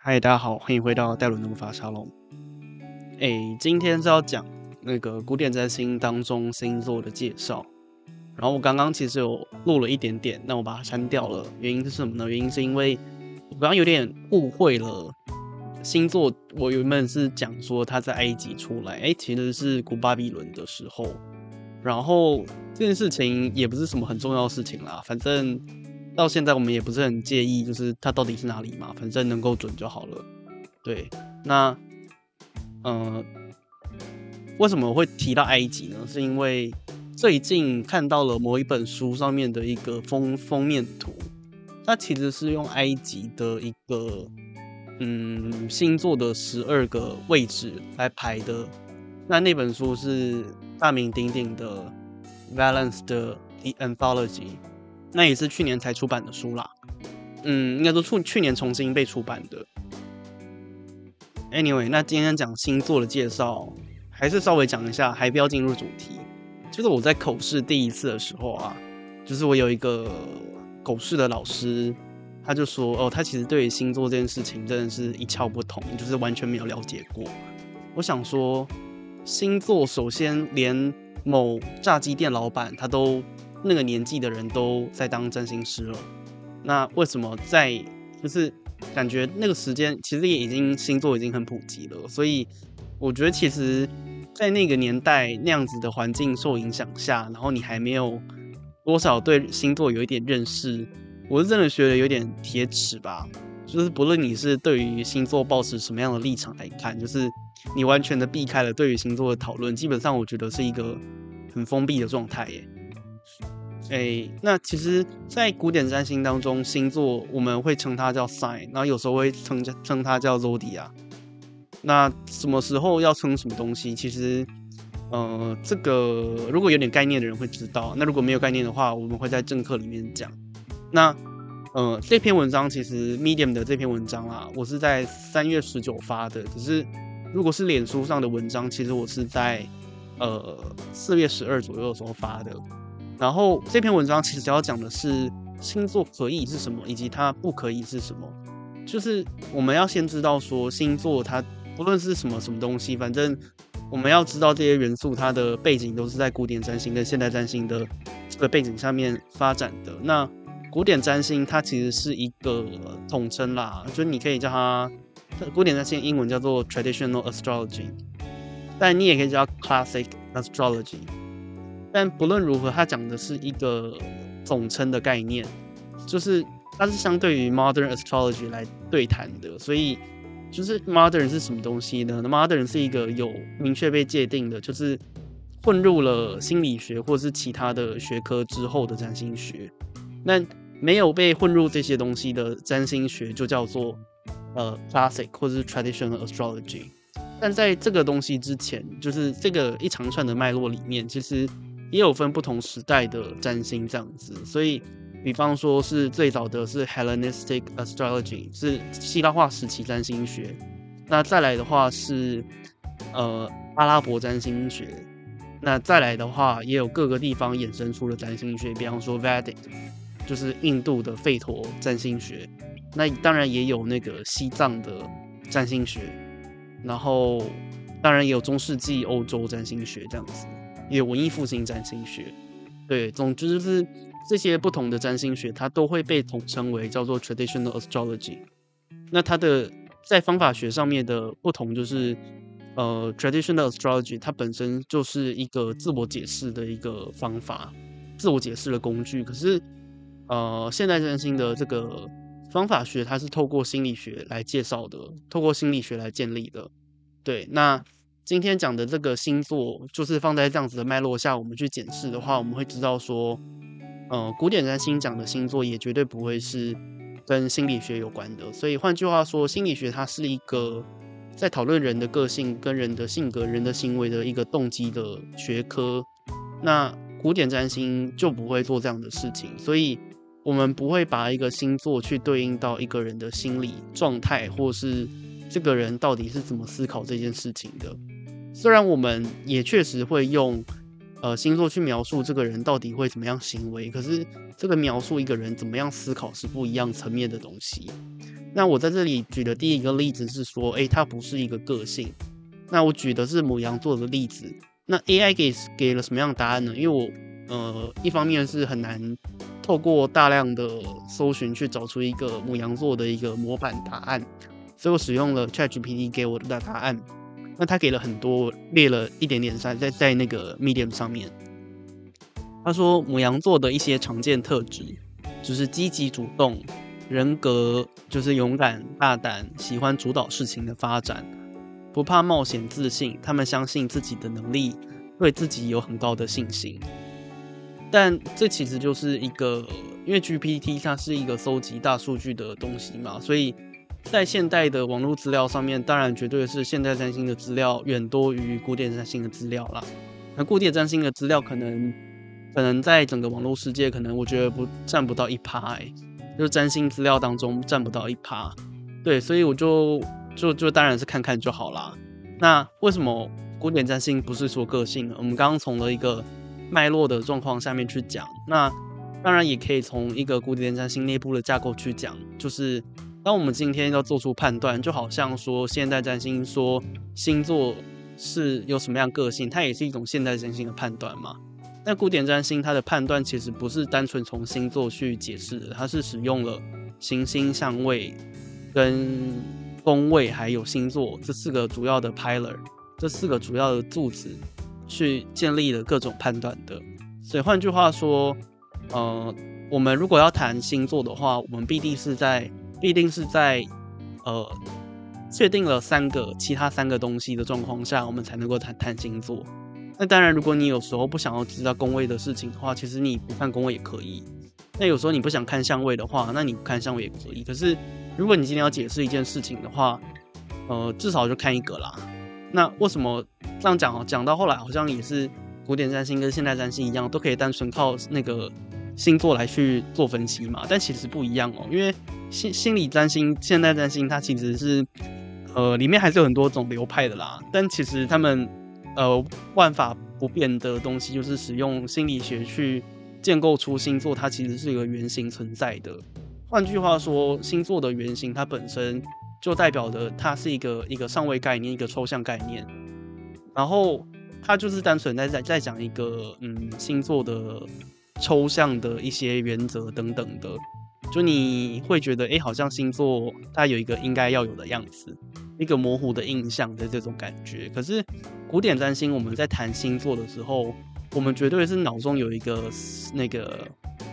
嗨，大家好，欢迎回到戴伦的魔法沙龙。今天是要讲那个古典占星当中星座的介绍。然后我刚刚其实有录了一点点，那我把它删掉了。原因是什么呢？原因是因为我刚刚有点误会了星座。我原本是讲说它在埃及出来，其实是古巴比伦的时候。然后这件事情也不是什么很重要的事情啦，反正到现在我们也不是很介意，就是它到底是哪里嘛，反正能够准就好了。对，那为什么会提到埃及呢？是因为最近看到了某一本书上面的一个封面图，它其实是用埃及的一个星座的12个位置来排的。那本书是大名鼎鼎的 Valence 的 The Anthology， 那也是去年才出版的书啦。应该说去年重新被出版的。Anyway， 那今天讲星座的介绍，还是稍微讲一下，还不要进入主题。就是我在口试第一次的时候啊，就是我有一个口试的老师，他就说，他其实对于星座这件事情真的是一窍不通，就是完全没有了解过。我想说，星座首先连某炸鸡店老板他都那个年纪的人都在当占星师了，那为什么在就是感觉那个时间其实也已经星座已经很普及了，所以我觉得其实在那个年代那样子的环境受影响下，然后你还没有多少对星座有一点认识，我是真的觉得有点铁齿吧。就是不论你是对于星座抱持什么样的立场来看，就是你完全的避开了对于星座的讨论，基本上我觉得是一个很封闭的状态耶。那其实，在古典占星当中，星座我们会称它叫 sign， 然后有时候会称它叫 zodiac。那什么时候要称什么东西，其实，这个如果有点概念的人会知道，那如果没有概念的话，我们会在正课里面讲。那这篇文章其实 Medium 的这篇文章啊，我是在3月19发的。可是如果是脸书上的文章，其实我是在4月12左右的时候发的。然后这篇文章其实要讲的是星座可以是什么，以及它不可以是什么。就是我们要先知道说星座它不论是什么东西，反正我们要知道这些元素它的背景都是在古典占星跟现代占星的这个背景下面发展的。那古典占星它其实是一个统称啦，就是你可以叫它古典占星英文叫做 traditional astrology， 但你也可以叫它 classic astrology。但不论如何，它讲的是一个总称的概念，就是它是相对于 modern astrology 来对谈的。所以就是 modern 是什么东西呢？ modern 是一个有明确被界定的，就是混入了心理学或是其他的学科之后的占星学。那没有被混入这些东西的占星学就叫做classic 或是 traditional astrology。但在这个东西之前，就是这个一长串的脉络里面，其实也有分不同时代的占星这样子。所以比方说是最早的是 Hellenistic astrology， 是希腊化时期占星学。那再来的话是阿拉伯占星学。那再来的话也有各个地方衍生出的占星学，比方说 Vedic， 就是印度的吠陀占星学。那当然也有那个西藏的占星学，然后当然也有中世纪欧洲占星学这样子，也有文艺复兴占星学。对，总之就是这些不同的占星学，它都会被统称为叫做 traditional astrology。那它的在方法学上面的不同就是，traditional astrology 它本身就是一个自我解释的一个方法，自我解释的工具。可是，现代占星的这个方法学，它是透过心理学来介绍的，透过心理学来建立的。对，那今天讲的这个星座，就是放在这样子的脉络下，我们去检视的话，我们会知道说，古典占星讲的星座也绝对不会是跟心理学有关的。所以换句话说，心理学它是一个在讨论人的个性、跟人的性格、人的行为的一个动机的学科。那古典占星就不会做这样的事情，所以我们不会把一个星座去对应到一个人的心理状态，或是这个人到底是怎么思考这件事情的。虽然我们也确实会用星座去描述这个人到底会怎么样行为，可是这个描述一个人怎么样思考是不一样层面的东西。 那我在这里举的第一个例子是说，它不是一个个性。那我举的是牡羊座的例子。那 AI 给了什么样的答案呢？因为我一方面是很难透过大量的搜寻去找出一个牡羊座的一个模板答案，所以我使用了 ChatGPT 给我的答案。那他给了很多，列了一点点在那个 Medium 上面。他说牡羊座的一些常见特质就是积极主动，人格就是勇敢大胆，喜欢主导事情的发展，不怕冒险，自信，他们相信自己的能力，对自己有很高的信心。但这其实就是一个，因为 GPT 它是一个搜集大数据的东西嘛，所以在现代的网络资料上面，当然绝对是现代占星的资料远多于古典占星的资料啦。那古典占星的资料可能在整个网络世界，可能我觉得占不到1%，就是占星资料当中占不到1%。对，所以我就当然是看看就好啦。那为什么古典占星不是说个性呢？我们刚刚从了一个脉络的状况下面去讲，那当然也可以从一个古典占星内部的架构去讲，就是当我们今天要做出判断，就好像说现代占星说星座是有什么样个性，它也是一种现代占星的判断嘛。那古典占星它的判断其实不是单纯从星座去解释的，它是使用了行星相位跟宫位还有星座这4个主要的 pillar， 这4个主要的柱子去建立了各种判断的。所以换句话说，我们如果要谈星座的话，我们必定是在确定了其他3个东西的状况下，我们才能够谈星座。那当然，如果你有时候不想要知道宫位的事情的话，其实你不看宫位也可以。那有时候你不想看相位的话，那你不看相位也可以。可是如果你今天要解释一件事情的话，至少就看一个啦。那为什么这样讲到后来好像也是古典占星跟现代占星一样，都可以单纯靠那个星座来去做分析嘛？但其实不一样哦，因为心理占星、现代占星它其实是里面还是有很多种流派的啦。但其实他们万法不变的东西，就是使用心理学去建构出星座，它其实是一个原型存在的。换句话说，星座的原型它本身就代表的它是一个上位概念，一个抽象概念，然后它就是单纯在讲一个星座的抽象的一些原则等等的，就你会觉得好像星座它有一个应该要有的样子，一个模糊的印象的这种感觉。可是古典占星我们在谈星座的时候，我们绝对是脑中有一个那个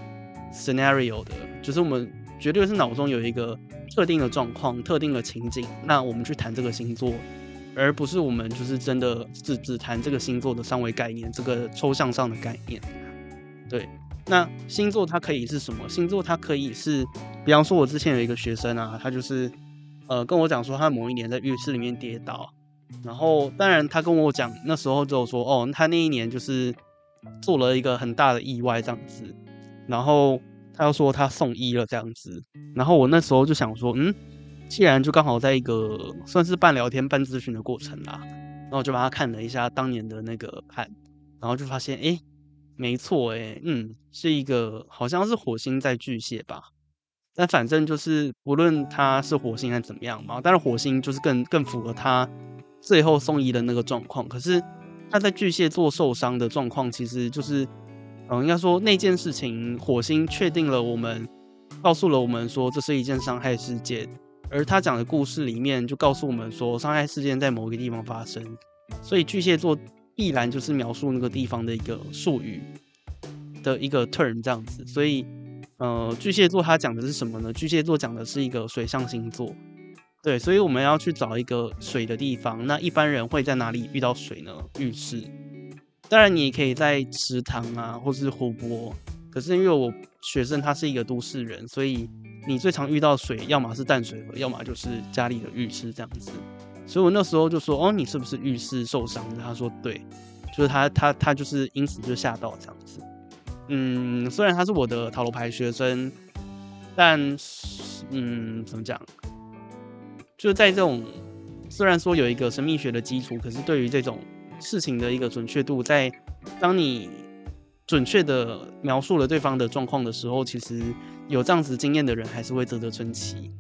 scenario 的，就是我们绝对是脑中有一个特定的状况、特定的情景，那我们去谈这个星座，而不是我们就是真的只谈这个星座的上位概念，这个抽象上的概念。对，那星座它可以是什么？星座它可以是，比方说我之前有一个学生啊，他就是跟我讲说他某一年在浴室里面跌倒，然后当然他跟我讲那时候就说他那一年就是做了一个很大的意外这样子，然后他又说他送医了这样子，然后我那时候就想说既然就刚好在一个算是半聊天半咨询的过程啦，然后我就帮他看了一下当年的那个盘，然后就发现没错是一个好像是火星在巨蟹吧，但反正就是不论他是火星还是怎么样嘛，但是火星就是更符合他最后送医的那个状况。可是他在巨蟹座受伤的状况，其实就是应该说那件事情，火星确定了告诉了我们说这是一件伤害事件，而他讲的故事里面就告诉我们说伤害事件在某个地方发生，所以巨蟹座必然就是描述那个地方的一个术语的一个 term 这样子。所以巨蟹座它讲的是什么呢？巨蟹座讲的是一个水象星座。对，所以我们要去找一个水的地方，那一般人会在哪里遇到水呢？浴室。当然你也可以在池塘啊或是湖泊，可是因为我学生他是一个都市人，所以你最常遇到水要么是淡水河，要么就是家里的浴室这样子。所以我那时候就说你是不是浴室受伤的？他说对，就是他就是因此就吓到这样子。虽然他是我的塔罗牌学生，但怎么讲，就是在这种虽然说有一个神秘学的基础，可是对于这种事情的一个准确度，在当你准确的描述了对方的状况的时候，其实有这样子经验的人还是会啧啧称奇。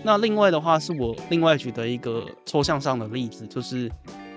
那另外的话是我另外举的一个抽象上的例子，就是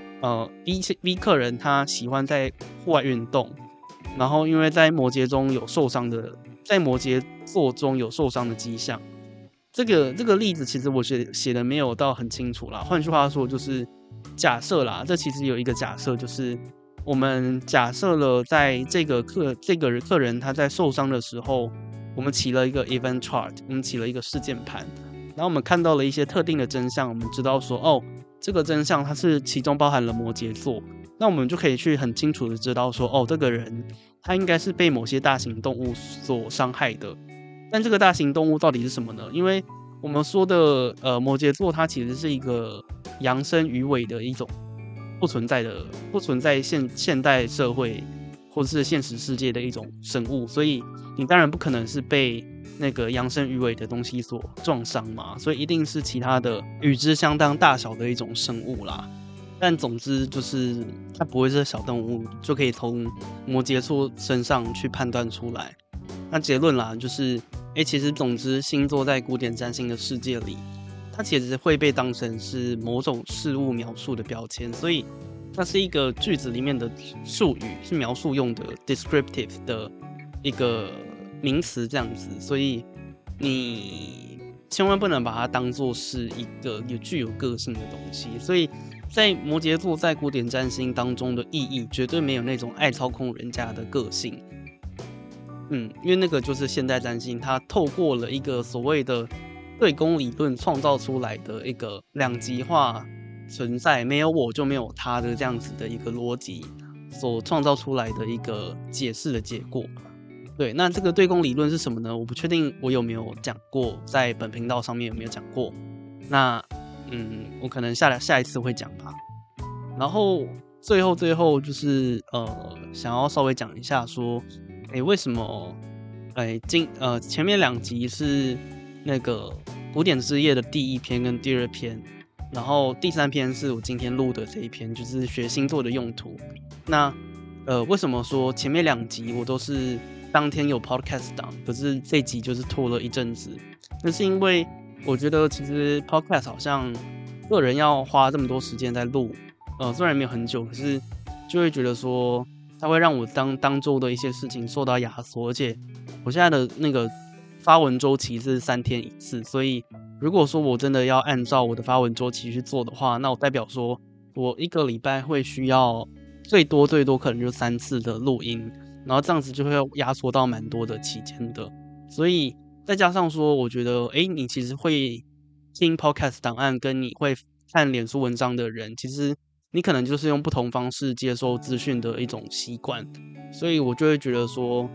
B 客人他喜欢在户外运动，然后因为在摩羯中有受伤的，在摩羯座中有受伤的迹象。这个例子其实我写的没有到很清楚啦。换句话说，就是假设啦，这其实有一个假设，就是我们假设了在这个客人他在受伤的时候，我们起了一个 event chart， 我们起了一个事件盘，然后我们看到了一些特定的真相，我们知道说这个真相它是其中包含了摩羯座，那我们就可以去很清楚的知道说这个人他应该是被某些大型动物所伤害的。但这个大型动物到底是什么呢？因为我们说的摩羯座它其实是一个阳生鱼尾的一种不存在现代社会或者是现实世界的一种生物，所以你当然不可能是被那个阳生鱼尾的东西所撞伤嘛，所以一定是其他的与之相当大小的一种生物啦。但总之就是它不会是小动物就可以从摩羯座身上去判断出来。那结论啦，就是其实总之星座在古典占星的世界里，它其实会被当成是某种事物描述的标签，所以它是一个句子里面的术语，是描述用的 descriptive 的一个名词这样子，所以你千万不能把它当作是一个具有个性的东西。所以在摩羯座在古典占星当中的意义，绝对没有那种爱操控人家的个性。因为那个就是现代占星，它透过了一个所谓的对宫理论创造出来的一个两极化存在，没有我就没有他的这样子的一个逻辑所创造出来的一个解释的结果。对，那这个对宫理论是什么呢？我不确定我有没有讲过，在本频道上面有没有讲过。那我可能下一次会讲吧。然后最后就是想要稍微讲一下说，为什么前面2集是那个古典之夜的第1篇跟第2篇，然后第3篇是我今天录的这一篇，就是学星座的用途。那为什么说前面2集我都是当天有 podcast 档，可是这集就是拖了一阵子？那是因为我觉得其实 podcast 好像个人要花这么多时间在录，虽然没有很久，可是就会觉得说它会让我当周的一些事情受到压缩，而且我现在的那个发文周期是3天一次，所以如果说我真的要按照我的发文周期去做的话，那我代表说我1个礼拜会需要最多可能就3次的录音，然后这样子就会压缩到蛮多的期间的。所以再加上说我觉得你其实会听 podcast 档案跟你会看脸书文章的人，其实你可能就是用不同方式接收资讯的一种习惯，所以我就会觉得说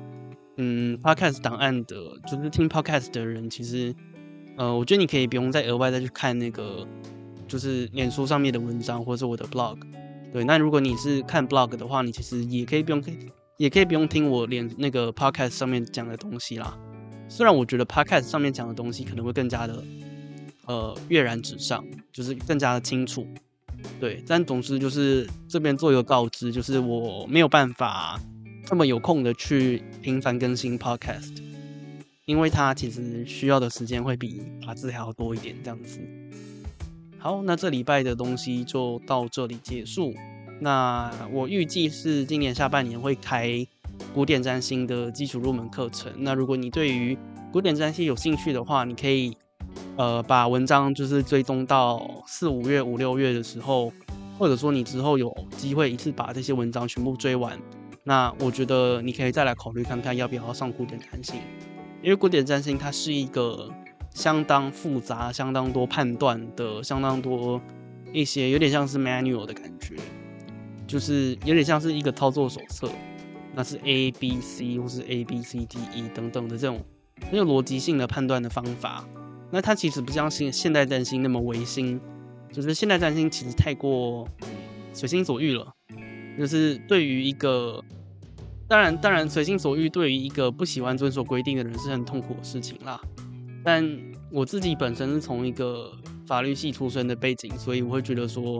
podcast 档案的就是听 podcast 的人，其实我觉得你可以不用再额外再去看那个就是脸书上面的文章或者是我的 blog。 对，那如果你是看 blog 的话，你其实也可以不用听我那个 podcast 上面讲的东西啦。虽然我觉得 podcast 上面讲的东西可能会更加的跃然纸上，就是更加的清楚。对，但总之就是这边做一个告知，就是我没有办法这么有空的去频繁更新 podcast， 因为它其实需要的时间会比打字还要多一点这样子。好，那这礼拜的东西就到这里结束。那我预计是今年下半年会开古典占星的基础入门课程。那如果你对于古典占星有兴趣的话，你可以把文章就是追踪到4、5月、5、6月的时候，或者说你之后有机会一次把这些文章全部追完，那我觉得你可以再来考虑看看要不要上古典占星。因为古典占星它是一个相当复杂、相当多判断的、相当多一些有点像是 manual 的感觉，就是有点像是一个操作手册，那是 A、B、C 或是 A、B、C、D、E 等等的这种很有逻辑性的判断的方法。那它其实不像现代占星那么唯心，就是现代占星其实太过随心所欲了，就是对于一个当然随心所欲对于一个不喜欢遵守规定的人是很痛苦的事情啦。但我自己本身是从一个法律系出身的背景，所以我会觉得说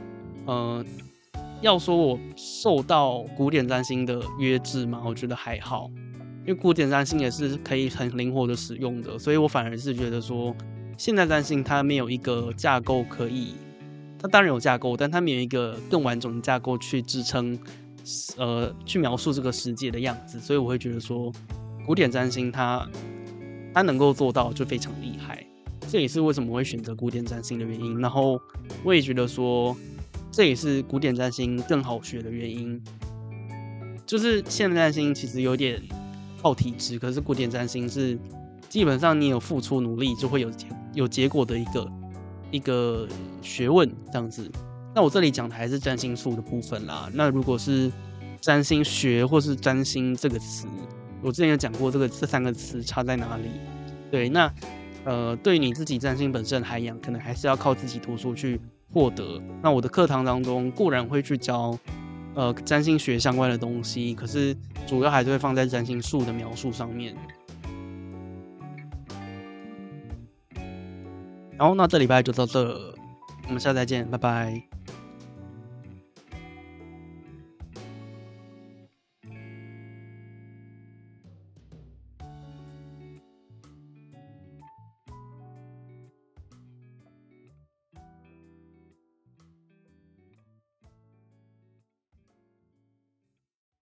要说我受到古典占星的约制嘛，我觉得还好，因为古典占星也是可以很灵活的使用的，所以我反而是觉得说现代占星它没有一个架构它当然有架构，但它没有一个更完整的架构去支撑，去描述这个世界的样子，所以我会觉得说，古典占星它能够做到就非常厉害，这也是为什么我会选择古典占星的原因。然后我也觉得说，这也是古典占星更好学的原因。就是现代占星其实有点靠体质，可是古典占星是基本上你有付出努力就会有结果的一个学问这样子。那我这里讲的还是占星术的部分啦。那如果是占星学或是占星这个词，我之前有讲过这3个词差在哪里。对，那对于你自己占星本身的涵养，可能还是要靠自己读书去获得。那我的课堂当中固然会去教占星学相关的东西，可是主要还是会放在占星术的描述上面。然后那这礼拜就到这了，我们下次再见，拜拜。